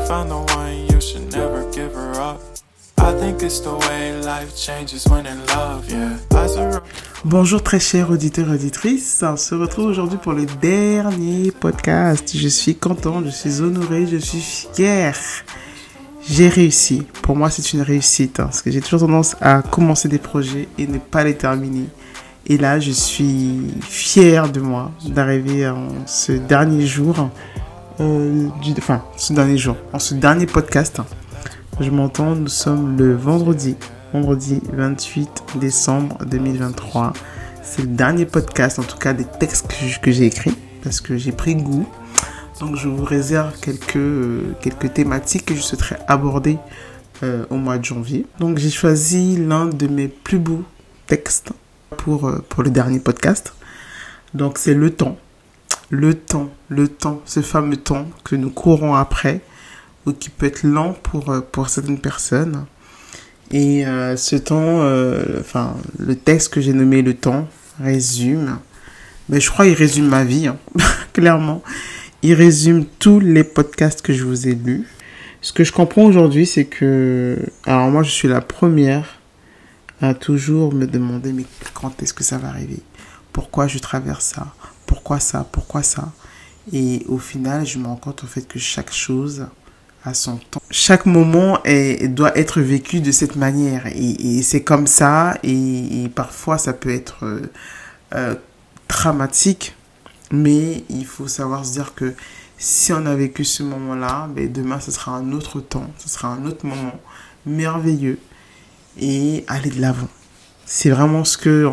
found the one, you should never give her up. I think it's the way life changes when in love, yeah. Bonjour très chers auditeurs et auditrices, on se retrouve aujourd'hui pour le dernier podcast. Je suis content, je suis honoré, je suis fier. J'ai réussi. Pour moi, c'est une réussite, parce que j'ai toujours tendance à commencer des projets et ne pas les terminer. Et là, je suis fier de moi d'arriver en ce dernier jour, en ce dernier podcast. Je m'entends, nous sommes le vendredi 28 décembre 2023. C'est le dernier podcast, en tout cas des textes que j'ai écrits, parce que j'ai pris goût. Donc je vous réserve quelques thématiques que je souhaiterais aborder au mois de janvier. Donc j'ai choisi l'un de mes plus beaux textes pour le dernier podcast. Donc c'est le temps, ce fameux temps que nous courons après, ou qui peut être lent pour certaines personnes. Et ce temps, le texte que j'ai nommé le temps résume, mais je crois qu'il résume ma vie, clairement. Il résume tous les podcasts que je vous ai lus. Ce que je comprends aujourd'hui, c'est que, alors moi je suis la première à toujours me demander, mais quand est-ce que ça va arriver? Pourquoi je traverse ça? Pourquoi ça? Et au final, je me rends compte en fait que chaque chose à son temps. Chaque moment doit être vécu de cette manière. Et c'est comme ça. Et parfois, ça peut être dramatique. Mais il faut savoir se dire que si on a vécu ce moment-là, demain, ce sera un autre temps. Ce sera un autre moment merveilleux. Et aller de l'avant. C'est vraiment ce que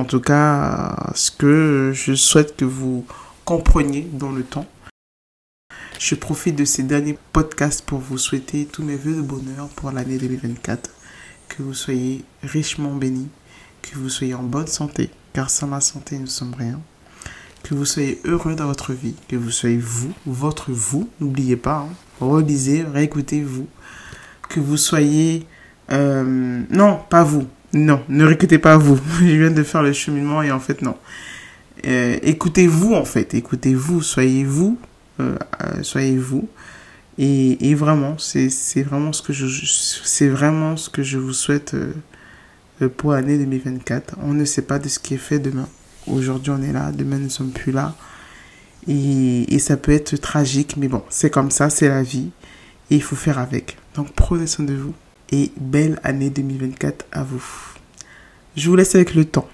je souhaite que vous compreniez dans le temps. Je profite de ces derniers podcasts pour vous souhaiter tous mes vœux de bonheur pour l'année 2024. Que vous soyez richement bénis, que vous soyez en bonne santé, car sans la santé, nous ne sommes rien. Que vous soyez heureux dans votre vie, que vous soyez votre vous, n'oubliez pas, relisez, réécoutez-vous. Que vous soyez... non, pas vous. Non, ne réécoutez pas vous. Je viens de faire le cheminement et en fait, non. Écoutez-vous, en fait. Écoutez-vous, soyez vous. Et vraiment c'est vraiment ce que je vous souhaite pour l'année 2024. On ne sait pas de ce qui est fait demain. Aujourd'hui on est là, demain nous ne sommes plus là, et ça peut être tragique, mais bon, c'est comme ça, c'est la vie et il faut faire avec. Donc prenez soin de vous et belle année 2024 à vous. Je vous laisse avec le temps.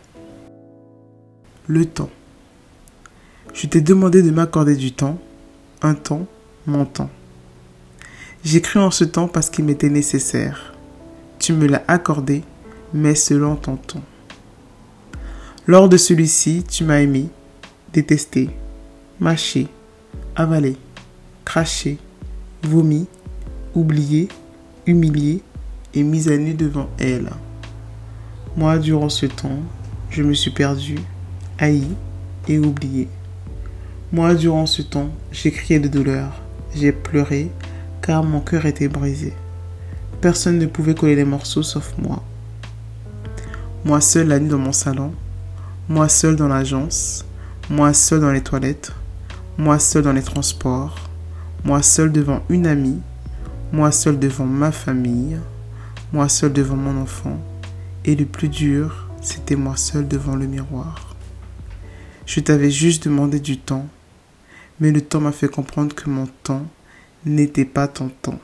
Je t'ai demandé de m'accorder du temps. Un temps, mon temps. J'ai cru en ce temps parce qu'il m'était nécessaire. Tu me l'as accordé, mais selon ton temps. Lors de celui-ci, tu m'as aimé, détesté, mâché, avalé, craché, vomi, oublié, humilié et mis à nu devant elle. Moi, durant ce temps, je me suis perdu, haï et oublié. Moi, durant ce temps, j'ai crié de douleur, j'ai pleuré, car mon cœur était brisé. Personne ne pouvait coller les morceaux sauf moi. Moi seul la nuit dans mon salon, moi seul dans l'agence, moi seul dans les toilettes, moi seul dans les transports, moi seul devant une amie, moi seul devant ma famille, moi seul devant mon enfant, et le plus dur, c'était moi seul devant le miroir. Je t'avais juste demandé du temps, mais le temps m'a fait comprendre que mon temps n'était pas ton temps.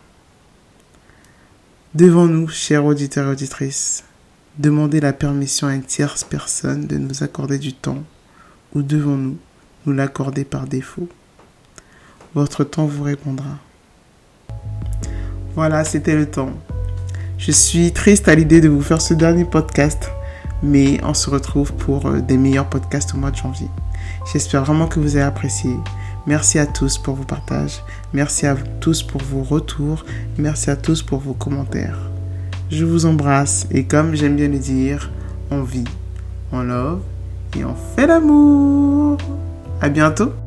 Devant nous, chers auditeurs et auditrices, demandez la permission à une tierce personne de nous accorder du temps, ou devons-nous nous l'accorder par défaut? Votre temps vous répondra. Voilà, c'était le temps. Je suis triste à l'idée de vous faire ce dernier podcast, mais on se retrouve pour des meilleurs podcasts au mois de janvier. J'espère vraiment que vous avez apprécié. Merci à tous pour vos partages. Merci à tous pour vos retours. Merci à tous pour vos commentaires. Je vous embrasse et comme j'aime bien le dire, on vit, on love et on fait l'amour. À bientôt.